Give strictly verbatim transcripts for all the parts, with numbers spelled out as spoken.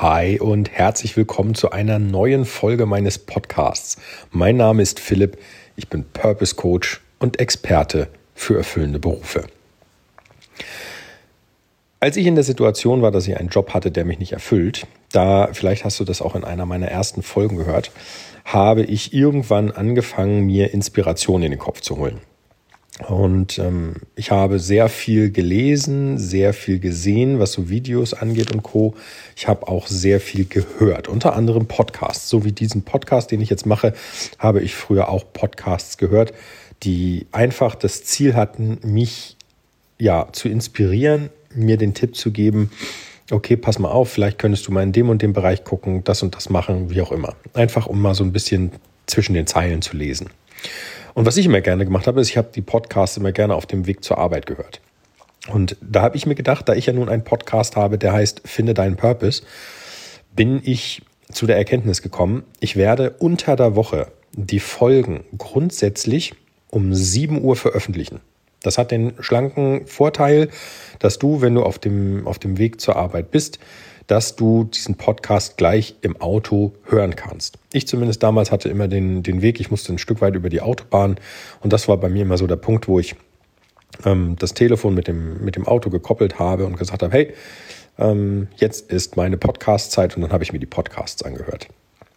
Hi und herzlich willkommen zu einer neuen Folge meines Podcasts. Mein Name ist Philipp, ich bin Purpose Coach und Experte für erfüllende Berufe. Als ich in der Situation war, dass ich einen Job hatte, der mich nicht erfüllt, da, vielleicht hast du das auch in einer meiner ersten Folgen gehört, habe ich irgendwann angefangen, mir Inspiration in den Kopf zu holen. Und ähm, ich habe sehr viel gelesen, sehr viel gesehen, was so Videos angeht und Co. Ich habe auch sehr viel gehört, unter anderem Podcasts. So wie diesen Podcast, den ich jetzt mache, habe ich früher auch Podcasts gehört, die einfach das Ziel hatten, mich ja zu inspirieren, mir den Tipp zu geben, okay, pass mal auf, vielleicht könntest du mal in dem und dem Bereich gucken, das und das machen, wie auch immer. Einfach, um mal so ein bisschen zwischen den Zeilen zu lesen. Und was ich immer gerne gemacht habe, ist, ich habe die Podcasts immer gerne auf dem Weg zur Arbeit gehört. Und da habe ich mir gedacht, da ich ja nun einen Podcast habe, der heißt Finde deinen Purpose, bin ich zu der Erkenntnis gekommen, ich werde unter der Woche die Folgen grundsätzlich um sieben Uhr veröffentlichen. Das hat den schlanken Vorteil, dass du, wenn du auf dem, auf dem Weg zur Arbeit bist, dass du diesen Podcast gleich im Auto hören kannst. Ich zumindest damals hatte immer den, den Weg, ich musste ein Stück weit über die Autobahn und das war bei mir immer so der Punkt, wo ich ähm, das Telefon mit dem, mit dem Auto gekoppelt habe und gesagt habe, hey, ähm, jetzt ist meine Podcast-Zeit und dann habe ich mir die Podcasts angehört.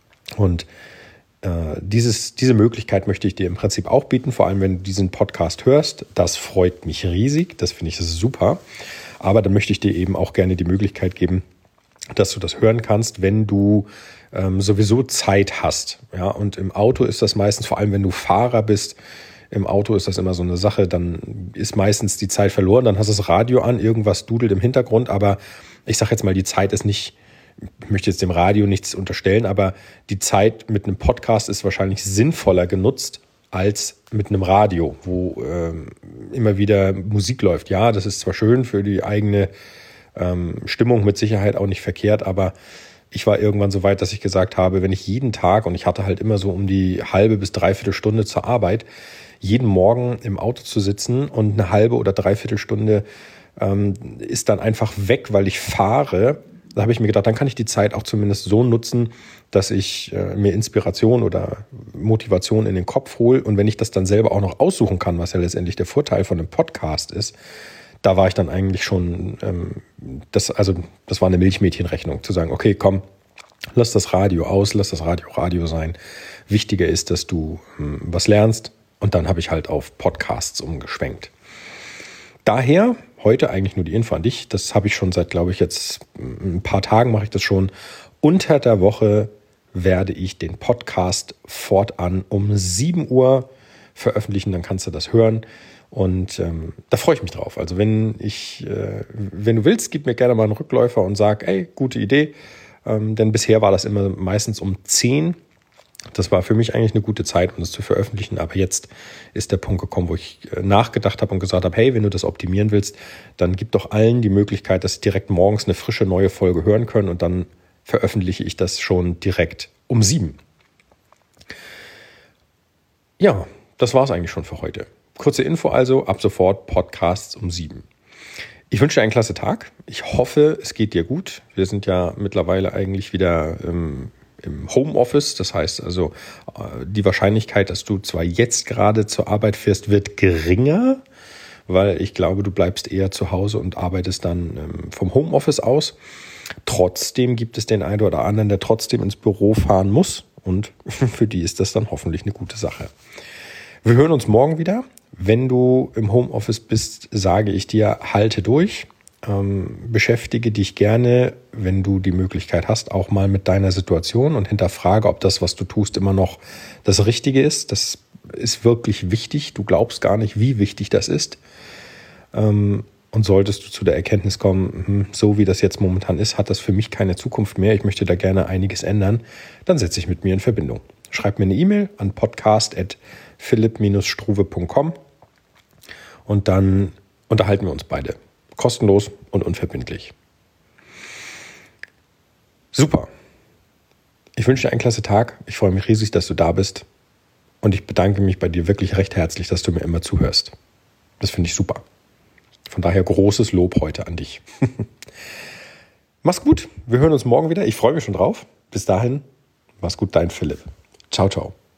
Und äh, dieses, diese Möglichkeit möchte ich dir im Prinzip auch bieten, vor allem wenn du diesen Podcast hörst. Das freut mich riesig, das finde ich super. Aber dann möchte ich dir eben auch gerne die Möglichkeit geben, dass du das hören kannst, wenn du ähm, sowieso Zeit hast. Ja, und im Auto ist das meistens, vor allem wenn du Fahrer bist, im Auto ist das immer so eine Sache, dann ist meistens die Zeit verloren, dann hast du das Radio an, irgendwas dudelt im Hintergrund, aber ich sage jetzt mal, die Zeit ist nicht, ich möchte jetzt dem Radio nichts unterstellen, aber die Zeit mit einem Podcast ist wahrscheinlich sinnvoller genutzt als mit einem Radio, wo ähm, immer wieder Musik läuft. Ja, das ist zwar schön für die eigene Stimmung mit Sicherheit auch nicht verkehrt, aber ich war irgendwann so weit, dass ich gesagt habe, wenn ich jeden Tag, und ich hatte halt immer so um die halbe bis dreiviertel Stunde zur Arbeit, jeden Morgen im Auto zu sitzen und eine halbe oder dreiviertel Stunde ähm, ist dann einfach weg, weil ich fahre. Da habe ich mir gedacht, dann kann ich die Zeit auch zumindest so nutzen, dass ich äh, mir Inspiration oder Motivation in den Kopf hole. Und wenn ich das dann selber auch noch aussuchen kann, was ja letztendlich der Vorteil von einem Podcast ist, da war ich dann eigentlich schon, ähm, das, also das war eine Milchmädchenrechnung, zu sagen, okay, komm, lass das Radio aus, lass das Radio Radio sein. Wichtiger ist, dass du ähm, was lernst, und dann habe ich halt auf Podcasts umgeschwenkt. Daher heute eigentlich nur die Info an dich, das habe ich schon seit, glaube ich, jetzt ein paar Tagen mache ich das schon. Unter der Woche werde ich den Podcast fortan um sieben Uhr veröffentlichen, dann kannst du das hören. Und ähm, da freue ich mich drauf. Also wenn ich, äh, wenn du willst, gib mir gerne mal einen Rückläufer und sag, ey, gute Idee. Ähm, denn bisher war das immer meistens um zehn. Das war für mich eigentlich eine gute Zeit, um das zu veröffentlichen. Aber jetzt ist der Punkt gekommen, wo ich äh, nachgedacht habe und gesagt habe, hey, wenn du das optimieren willst, dann gib doch allen die Möglichkeit, dass sie direkt morgens eine frische neue Folge hören können. Und dann veröffentliche ich das schon direkt um sieben. Ja, das war es eigentlich schon für heute. Kurze Info also, ab sofort Podcasts um sieben. Ich wünsche dir einen klasse Tag. Ich hoffe, es geht dir gut. Wir sind ja mittlerweile eigentlich wieder im, im Homeoffice. Das heißt also, die Wahrscheinlichkeit, dass du zwar jetzt gerade zur Arbeit fährst, wird geringer, weil ich glaube, du bleibst eher zu Hause und arbeitest dann vom Homeoffice aus. Trotzdem gibt es den einen oder anderen, der trotzdem ins Büro fahren muss. Und für die ist das dann hoffentlich eine gute Sache. Wir hören uns morgen wieder. Wenn du im Homeoffice bist, sage ich dir, halte durch. Ähm, beschäftige dich gerne, wenn du die Möglichkeit hast, auch mal mit deiner Situation und hinterfrage, ob das, was du tust, immer noch das Richtige ist. Das ist wirklich wichtig. Du glaubst gar nicht, wie wichtig das ist. Ähm, und solltest du zu der Erkenntnis kommen, so wie das jetzt momentan ist, hat das für mich keine Zukunft mehr. Ich möchte da gerne einiges ändern. Dann setze ich mit mir in Verbindung. Schreib mir eine E-Mail an podcast at philipp struve punkt com und dann unterhalten wir uns beide. Kostenlos und unverbindlich. Super. Ich wünsche dir einen klasse Tag. Ich freue mich riesig, dass du da bist. Und ich bedanke mich bei dir wirklich recht herzlich, dass du mir immer zuhörst. Das finde ich super. Von daher großes Lob heute an dich. Mach's gut, wir hören uns morgen wieder. Ich freue mich schon drauf. Bis dahin, mach's gut, dein Philipp. Ciao, ciao.